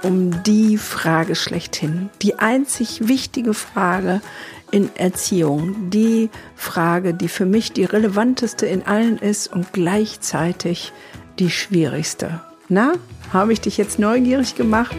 um die Frage schlechthin, die einzig wichtige Frage in Erziehung, die Frage, die für mich die relevanteste in allen ist und gleichzeitig die schwierigste. Na, habe ich dich jetzt neugierig gemacht?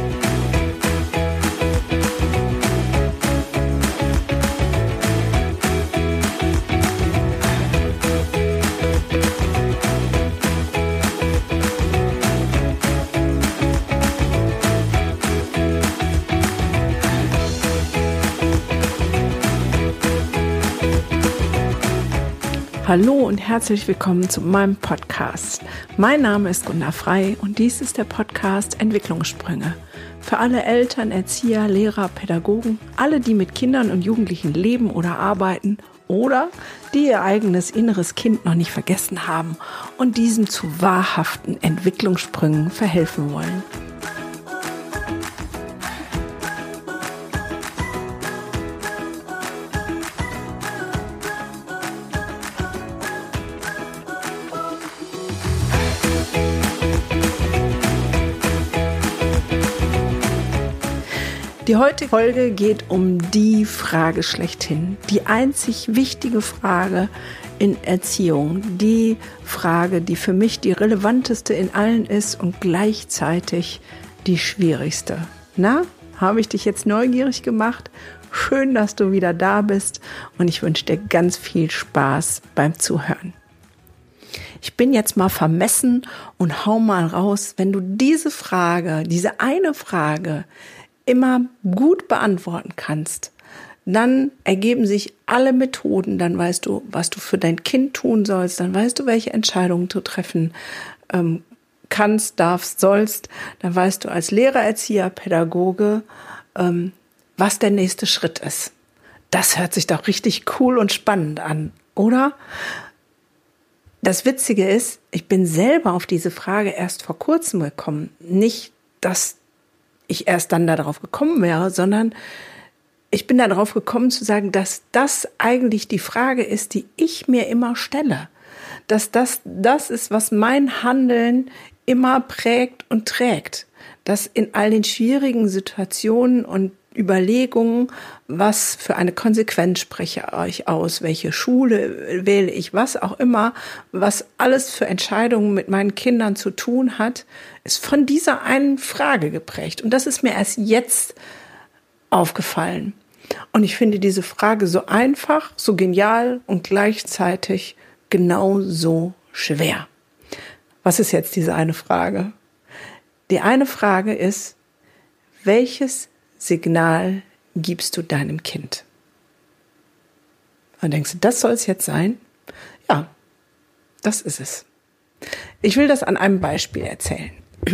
Hallo und herzlich willkommen zu meinem Podcast. Mein Name ist Gunda Frei und dies ist der Podcast Entwicklungssprünge. Für alle Eltern, Erzieher, Lehrer, Pädagogen, alle, die mit Kindern und Jugendlichen leben oder arbeiten oder die ihr eigenes inneres Kind noch nicht vergessen haben und diesem zu wahrhaften Entwicklungssprüngen verhelfen wollen. Die heutige Folge geht um die Frage schlechthin, die einzig wichtige Frage in Erziehung, die Frage, die für mich die relevanteste in allen ist und gleichzeitig die schwierigste. Na, habe ich dich jetzt neugierig gemacht? Schön, dass du wieder da bist und ich wünsche dir ganz viel Spaß beim Zuhören. Ich bin jetzt mal vermessen und hau mal raus, wenn du diese Frage, diese eine Frage immer gut beantworten kannst, dann ergeben sich alle Methoden, dann weißt du, was du für dein Kind tun sollst, dann weißt du, welche Entscheidungen du treffen kannst, darfst, sollst, dann weißt du als Lehrer, Erzieher, Pädagoge, was der nächste Schritt ist. Das hört sich doch richtig cool und spannend an, oder? Das Witzige ist, ich bin selber auf diese Frage erst vor kurzem gekommen. Nicht, dass ich erst dann darauf gekommen wäre, sondern ich bin darauf gekommen zu sagen, dass das eigentlich die Frage ist, die ich mir immer stelle. Dass das ist, was mein Handeln immer prägt und trägt. Dass in all den schwierigen Situationen und Überlegungen, was für eine Konsequenz spreche ich aus, welche Schule wähle ich, was auch immer, was alles für Entscheidungen mit meinen Kindern zu tun hat, ist von dieser einen Frage geprägt. Und das ist mir erst jetzt aufgefallen. Und ich finde diese Frage so einfach, so genial und gleichzeitig genauso schwer. Was ist jetzt diese eine Frage? Die eine Frage ist, welches Signal gibst du deinem Kind? Und denkst du, das soll es jetzt sein? Ja, das ist es. Ich will das an einem Beispiel erzählen.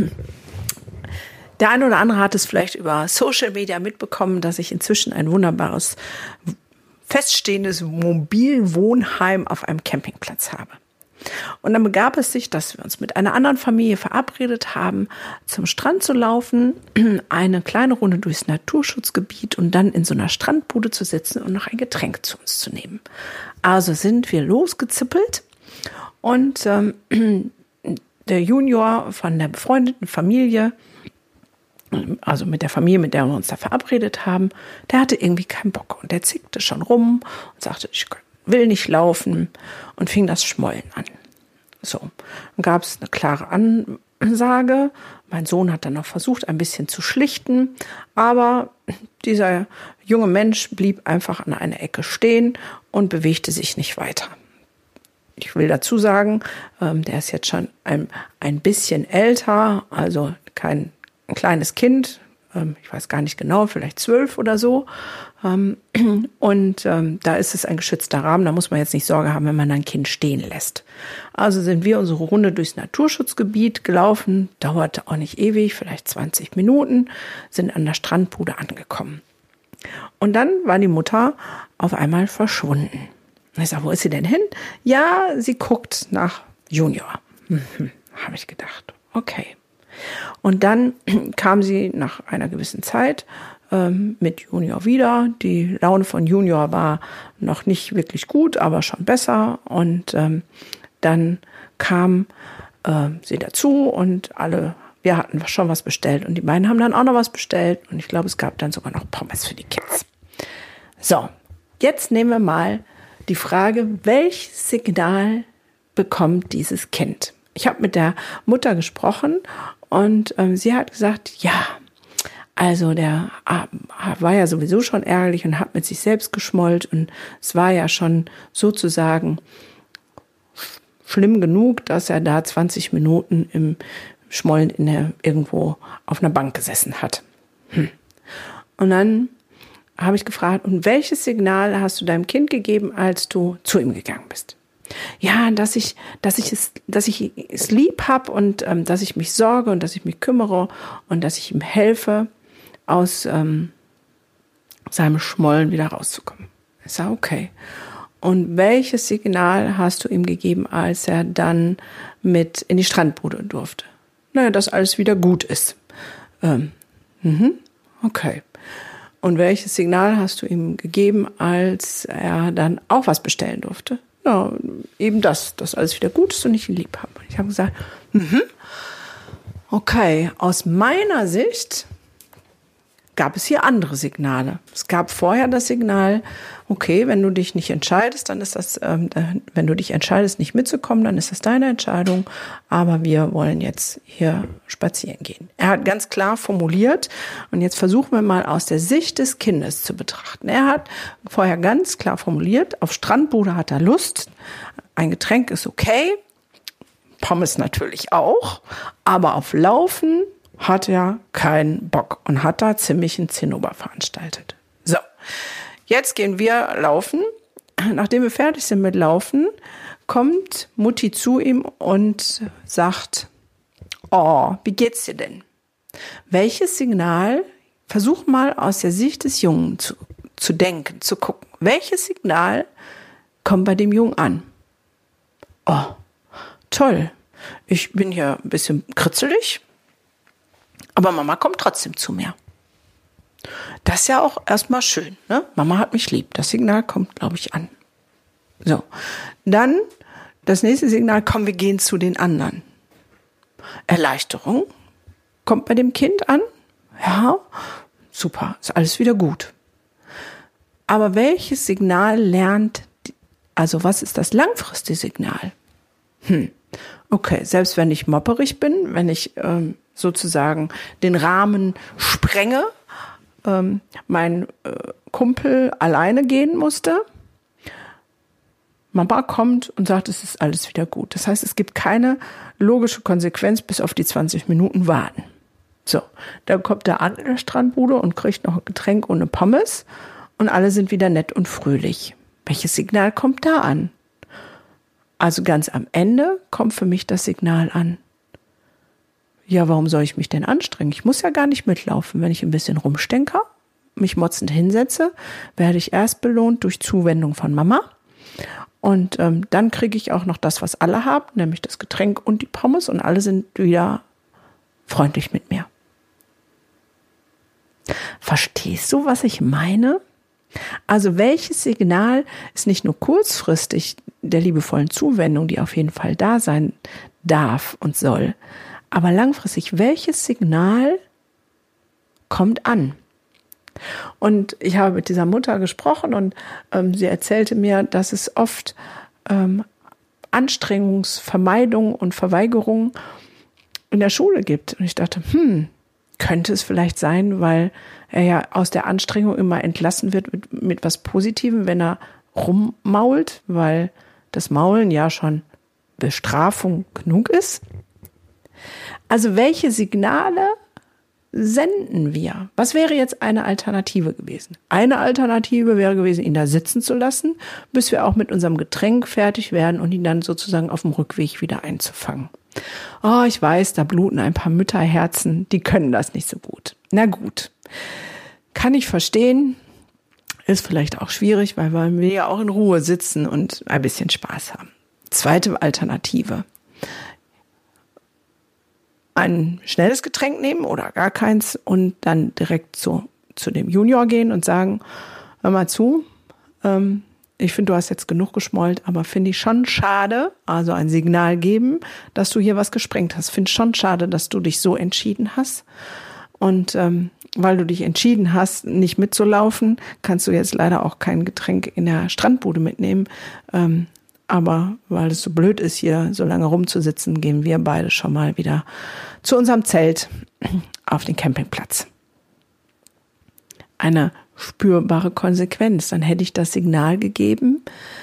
Der eine oder andere hat es vielleicht über Social Media mitbekommen, dass ich inzwischen ein wunderbares, feststehendes Mobilwohnheim auf einem Campingplatz habe. Und dann begab es sich, dass wir uns mit einer anderen Familie verabredet haben, zum Strand zu laufen, eine kleine Runde durchs Naturschutzgebiet und dann in so einer Strandbude zu sitzen und noch ein Getränk zu uns zu nehmen. Also sind wir losgezippelt und der Junior von der befreundeten Familie, also mit der Familie, mit der wir uns da verabredet haben, der hatte irgendwie keinen Bock und der zickte schon rum und sagte, ich will nicht laufen und fing das Schmollen an. So, dann gab es eine klare Ansage. Mein Sohn hat dann noch versucht, ein bisschen zu schlichten, aber dieser junge Mensch blieb einfach an einer Ecke stehen und bewegte sich nicht weiter. Ich will dazu sagen, der ist jetzt schon ein bisschen älter, also kein kleines Kind, ich weiß gar nicht genau, vielleicht 12 oder so. Und da ist es ein geschützter Rahmen, da muss man jetzt nicht Sorge haben, wenn man ein Kind stehen lässt. Also sind wir unsere Runde durchs Naturschutzgebiet gelaufen, dauerte auch nicht ewig, vielleicht 20 Minuten, sind an der Strandbude angekommen. Und dann war die Mutter auf einmal verschwunden. Und ich sage, wo ist sie denn hin? Ja, sie guckt nach Junior. Habe ich gedacht, okay. Und dann kam sie nach einer gewissen Zeit mit Junior wieder. Die Laune von Junior war noch nicht wirklich gut, aber schon besser. Und dann kam sie dazu und wir wir hatten schon was bestellt und die beiden haben dann auch noch was bestellt und ich glaube, es gab dann sogar noch Pommes für die Kids. So, jetzt nehmen wir mal die Frage, welches Signal bekommt dieses Kind? Ich habe mit der Mutter gesprochen und sie hat gesagt, ja, also der war ja sowieso schon ärgerlich und hat mit sich selbst geschmollt und es war ja schon sozusagen schlimm genug, dass er da 20 Minuten im Schmollen irgendwo auf einer Bank gesessen hat. Und dann habe ich gefragt, und welches Signal hast du deinem Kind gegeben, als du zu ihm gegangen bist? Ja, dass ich es lieb habe und dass ich mich sorge und dass ich mich kümmere und dass ich ihm helfe, aus seinem Schmollen wieder rauszukommen. Ich sage, okay. Und welches Signal hast du ihm gegeben, als er dann mit in die Strandbude durfte? Naja, dass alles wieder gut ist. Okay. Und welches Signal hast du ihm gegeben, als er dann auch was bestellen durfte? Ja, eben dass alles wieder gut ist und ich ihn lieb habe. Und ich habe gesagt, okay, aus meiner Sicht gab es hier andere Signale. Es gab vorher das Signal, okay, wenn du dich nicht entscheidest, dann ist das, wenn du dich entscheidest, nicht mitzukommen, dann ist das deine Entscheidung, aber wir wollen jetzt hier spazieren gehen. Er hat ganz klar formuliert und jetzt versuchen wir mal aus der Sicht des Kindes zu betrachten. Er hat vorher ganz klar formuliert, auf Strandbude hat er Lust, ein Getränk ist okay, Pommes natürlich auch, aber auf Laufen hat er keinen Bock und hat da ziemlich einen Zinnober veranstaltet. So, jetzt gehen wir laufen. Nachdem wir fertig sind mit Laufen, kommt Mutti zu ihm und sagt, oh, wie geht's dir denn? Welches Signal, versuch mal aus der Sicht des Jungen zu denken, zu gucken. Welches Signal kommt bei dem Jungen an? Oh, toll, ich bin hier ein bisschen kritzelig, aber Mama kommt trotzdem zu mir. Das ist ja auch erstmal schön, ne? Mama hat mich lieb. Das Signal kommt, glaube ich, an. So, dann das nächste Signal, komm, wir gehen zu den anderen. Erleichterung kommt bei dem Kind an. Ja, super, ist alles wieder gut. Aber welches Signal also was ist das langfristige Signal? Okay, selbst wenn ich mopperig bin, wenn ich sozusagen den Rahmen sprenge, mein Kumpel alleine gehen musste, Mama kommt und sagt, es ist alles wieder gut. Das heißt, es gibt keine logische Konsequenz bis auf die 20 Minuten warten. So, dann kommt er an in der Strandbude und kriegt noch ein Getränk ohne Pommes und alle sind wieder nett und fröhlich. Welches Signal kommt da an? Also ganz am Ende kommt für mich das Signal an. Ja, warum soll ich mich denn anstrengen? Ich muss ja gar nicht mitlaufen. Wenn ich ein bisschen rumstenker, mich motzend hinsetze, werde ich erst belohnt durch Zuwendung von Mama. Und dann kriege ich auch noch das, was alle haben, nämlich das Getränk und die Pommes und alle sind wieder freundlich mit mir. Verstehst du, was ich meine? Also welches Signal ist nicht nur kurzfristig der liebevollen Zuwendung, die auf jeden Fall da sein darf und soll, aber langfristig, welches Signal kommt an? Und ich habe mit dieser Mutter gesprochen und sie erzählte mir, dass es oft Anstrengungsvermeidung und Verweigerung in der Schule gibt. Und ich dachte, könnte es vielleicht sein, weil er ja aus der Anstrengung immer entlassen wird mit was Positivem, wenn er rummault, weil das Maulen ja schon Bestrafung genug ist. Also welche Signale senden wir? Was wäre jetzt eine Alternative gewesen? Eine Alternative wäre gewesen, ihn da sitzen zu lassen, bis wir auch mit unserem Getränk fertig werden und ihn dann sozusagen auf dem Rückweg wieder einzufangen. Oh, ich weiß, da bluten ein paar Mütterherzen, die können das nicht so gut. Na gut, kann ich verstehen, ist vielleicht auch schwierig, weil wir ja auch in Ruhe sitzen und ein bisschen Spaß haben. Zweite Alternative. Ein schnelles Getränk nehmen oder gar keins und dann direkt zu dem Junior gehen und sagen, hör mal zu, ich finde, du hast jetzt genug geschmollt, aber finde ich schon schade, also ein Signal geben, dass du hier was gesprengt hast. Finde schon schade, dass du dich so entschieden hast. Und weil du dich entschieden hast, nicht mitzulaufen, kannst du jetzt leider auch kein Getränk in der Strandbude mitnehmen. Aber weil es so blöd ist, hier so lange rumzusitzen, gehen wir beide schon mal wieder zu unserem Zelt auf den Campingplatz. Eine spürbare Konsequenz. Dann hätte ich das Signal gegeben,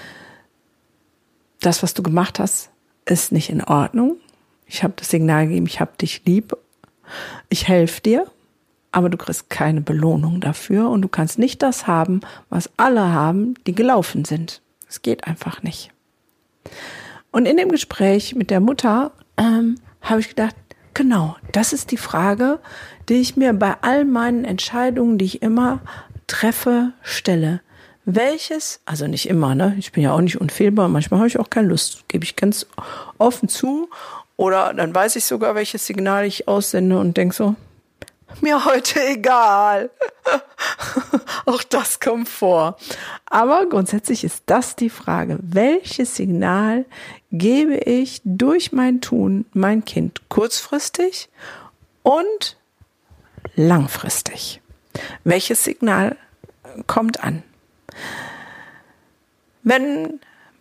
das, was du gemacht hast, ist nicht in Ordnung. Ich habe das Signal gegeben, ich habe dich lieb, ich helfe dir, aber du kriegst keine Belohnung dafür und du kannst nicht das haben, was alle haben, die gelaufen sind. Es geht einfach nicht. Und in dem Gespräch mit der Mutter habe ich gedacht, genau, das ist die Frage, die ich mir bei all meinen Entscheidungen, die ich immer treffe, stelle. Welches, also nicht immer, ne? Ich bin ja auch nicht unfehlbar, manchmal habe ich auch keine Lust, gebe ich ganz offen zu. Oder dann weiß ich sogar, welches Signal ich aussende und denke so, mir heute egal. Auch das kommt vor. Aber grundsätzlich ist das die Frage, welches Signal gebe ich durch mein Tun mein Kind kurzfristig und langfristig? Welches Signal kommt an? Wenn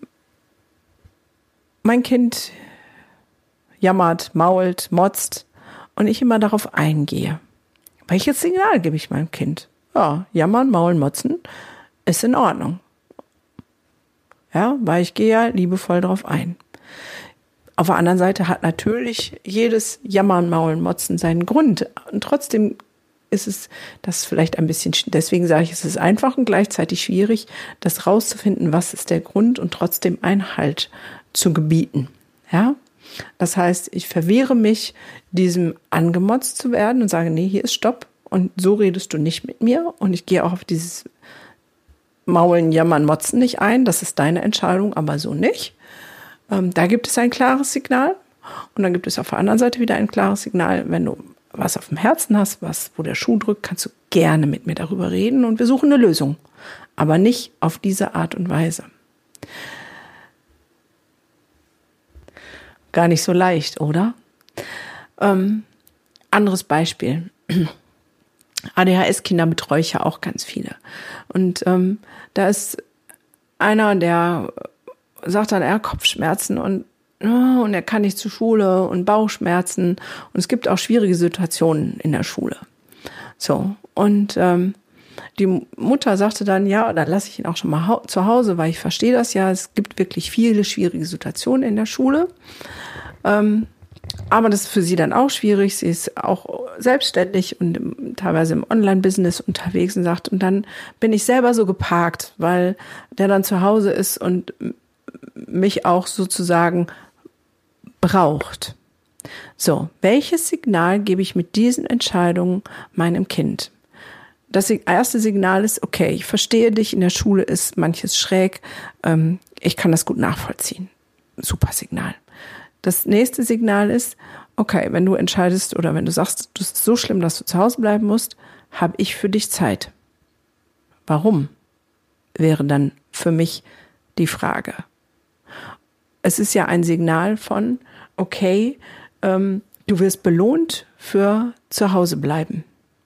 mein Kind jammert, mault, motzt und ich immer darauf eingehe, welches Signal gebe ich meinem Kind? Ja, jammern, maulen, motzen ist in Ordnung. Ja, weil ich gehe ja liebevoll darauf ein. Auf der anderen Seite hat natürlich jedes Jammern, Maulen, Motzen seinen Grund. Und trotzdem ist es das vielleicht ein bisschen, deswegen sage ich, es ist einfach und gleichzeitig schwierig, das rauszufinden, was ist der Grund und trotzdem Einhalt zu gebieten. Ja, das heißt, ich verwehre mich, diesem angemotzt zu werden und sage, nee, hier ist Stopp und so redest du nicht mit mir und ich gehe auch auf dieses Maulen, Jammern, Motzen nicht ein, das ist deine Entscheidung, aber so nicht. Da gibt es ein klares Signal und dann gibt es auf der anderen Seite wieder ein klares Signal, wenn du was auf dem Herzen hast, wo der Schuh drückt, kannst du gerne mit mir darüber reden und wir suchen eine Lösung, aber nicht auf diese Art und Weise. Gar nicht so leicht, oder? Anderes Beispiel. ADHS-Kinder betreue ich ja auch ganz viele. Und da ist einer, der sagt dann, er hat Kopfschmerzen und er kann nicht zur Schule und Bauchschmerzen. Und es gibt auch schwierige Situationen in der Schule. So, und die Mutter sagte dann, ja, dann lasse ich ihn auch schon mal zu Hause, weil ich verstehe das ja. Es gibt wirklich viele schwierige Situationen in der Schule. Aber das ist für sie dann auch schwierig. Sie ist auch selbstständig und teilweise im Online-Business unterwegs und sagt, und dann bin ich selber so geparkt, weil der dann zu Hause ist und mich auch sozusagen braucht. So, welches Signal gebe ich mit diesen Entscheidungen meinem Kind? Das erste Signal ist, okay, ich verstehe dich, in der Schule ist manches schräg, ich kann das gut nachvollziehen. Super Signal. Das nächste Signal ist, okay, wenn du entscheidest oder wenn du sagst, das ist so schlimm, dass du zu Hause bleiben musst, habe ich für dich Zeit. Warum? Wäre dann für mich die Frage. Es ist ja ein Signal von, okay, du wirst belohnt für zu Hause bleiben.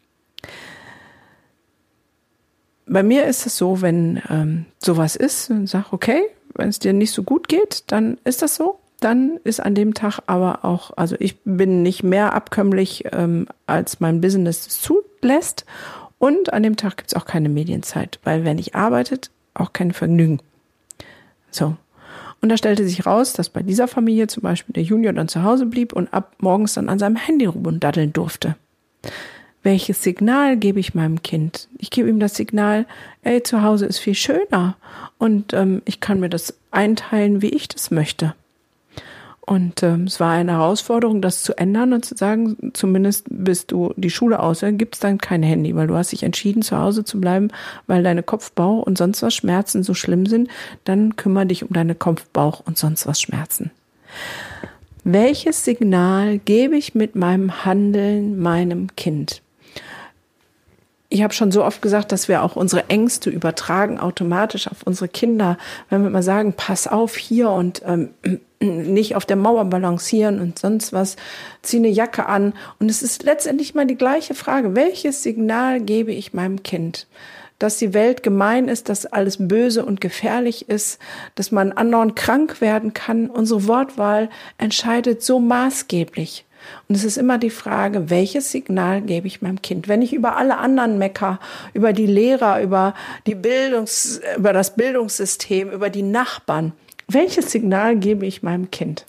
Bei mir ist es so, wenn sowas ist und sag, okay, wenn es dir nicht so gut geht, dann ist das so. Dann ist an dem Tag aber auch, also ich bin nicht mehr abkömmlich, als mein Business es zulässt. Und an dem Tag gibt es auch keine Medienzeit, weil wenn ich arbeitet, auch kein Vergnügen. So. Und da stellte sich raus, dass bei dieser Familie zum Beispiel der Junior dann zu Hause blieb und ab morgens dann an seinem Handy rumdaddeln durfte. Welches Signal gebe ich meinem Kind? Ich gebe ihm das Signal, ey, zu Hause ist viel schöner und ich kann mir das einteilen, wie ich das möchte. Und es war eine Herausforderung, das zu ändern und zu sagen, zumindest bis du die Schule aushörst, gibt es dann kein Handy, weil du hast dich entschieden, zu Hause zu bleiben, weil deine Kopfbauch und sonst was Schmerzen so schlimm sind, dann kümmere dich um deine Kopfbauch und sonst was Schmerzen. Welches Signal gebe ich mit meinem Handeln meinem Kind? ich habe schon so oft gesagt, dass wir auch unsere Ängste übertragen automatisch auf unsere Kinder. Wenn wir mal sagen, pass auf hier und nicht auf der Mauer balancieren und sonst was, zieh eine Jacke an. Und es ist letztendlich mal die gleiche Frage. Welches Signal gebe ich meinem Kind? Dass die Welt gemein ist, dass alles böse und gefährlich ist, dass man andauernd krank werden kann. Unsere Wortwahl entscheidet so maßgeblich. Und es ist immer die Frage, welches Signal gebe ich meinem Kind? Wenn ich über alle anderen mecker, über die Lehrer, über das Bildungssystem, über die Nachbarn, welches Signal gebe ich meinem Kind?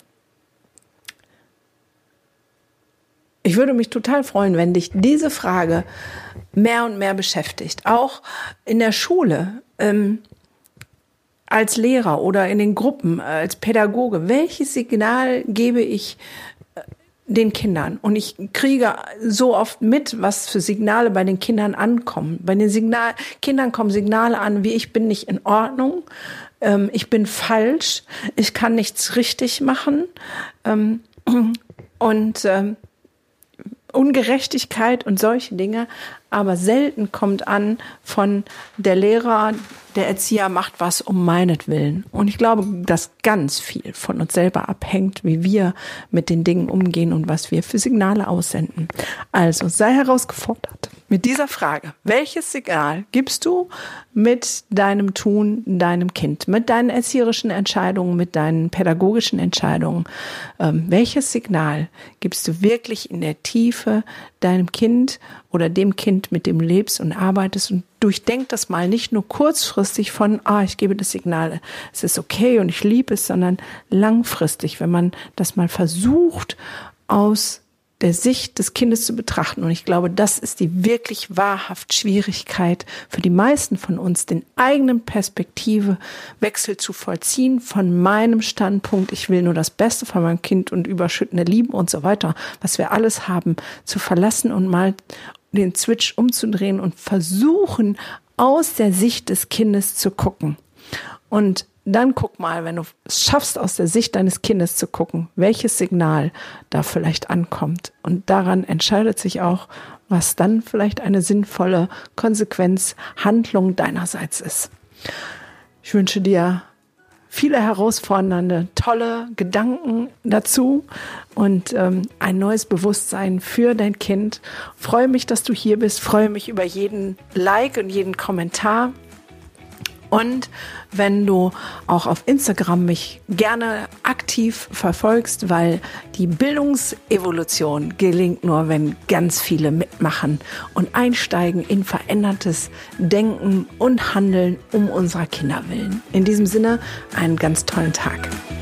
Ich würde mich total freuen, wenn dich diese Frage mehr und mehr beschäftigt. Auch in der Schule, als Lehrer oder in den Gruppen, als Pädagoge. Welches Signal gebe ich den Kindern? Und ich kriege so oft mit, was für Signale bei den Kindern ankommen. Bei den Kindern kommen Signale an, wie ich bin nicht in Ordnung, ich bin falsch, ich kann nichts richtig machen und Ungerechtigkeit und solche Dinge, aber selten kommt an von der Lehrer, der Erzieher macht was um meinetwillen. Und ich glaube, dass ganz viel von uns selber abhängt, wie wir mit den Dingen umgehen und was wir für Signale aussenden. Also sei herausgefordert mit dieser Frage. Welches Signal gibst du mit deinem Tun deinem Kind, mit deinen erzieherischen Entscheidungen, mit deinen pädagogischen Entscheidungen? Welches Signal gibst du wirklich in der Tiefe deinem Kind oder dem Kind, mit dem du lebst und arbeitest, und durchdenk das mal nicht nur kurzfristig von, ich gebe das Signal, es ist okay und ich liebe es, sondern langfristig, wenn man das mal versucht, aus der Sicht des Kindes zu betrachten. Und ich glaube, das ist die wirklich wahrhaft Schwierigkeit für die meisten von uns, den eigenen Perspektivewechsel zu vollziehen von meinem Standpunkt, ich will nur das Beste von meinem Kind und überschüttende Liebe und so weiter, was wir alles haben, zu verlassen und mal den Switch umzudrehen und versuchen, aus der Sicht des Kindes zu gucken. Und dann guck mal, wenn du es schaffst, aus der Sicht deines Kindes zu gucken, welches Signal da vielleicht ankommt. Und daran entscheidet sich auch, was dann vielleicht eine sinnvolle Konsequenz, Handlung deinerseits ist. Ich wünsche dir viele herausfordernde, tolle Gedanken dazu und ein neues Bewusstsein für dein Kind. Freue mich, dass du hier bist. Freue mich über jeden Like und jeden Kommentar. Und wenn du auch auf Instagram mich gerne aktiv verfolgst, weil die Bildungsevolution gelingt nur, wenn ganz viele mitmachen und einsteigen in verändertes Denken und Handeln um unserer Kinder willen. In diesem Sinne, einen ganz tollen Tag.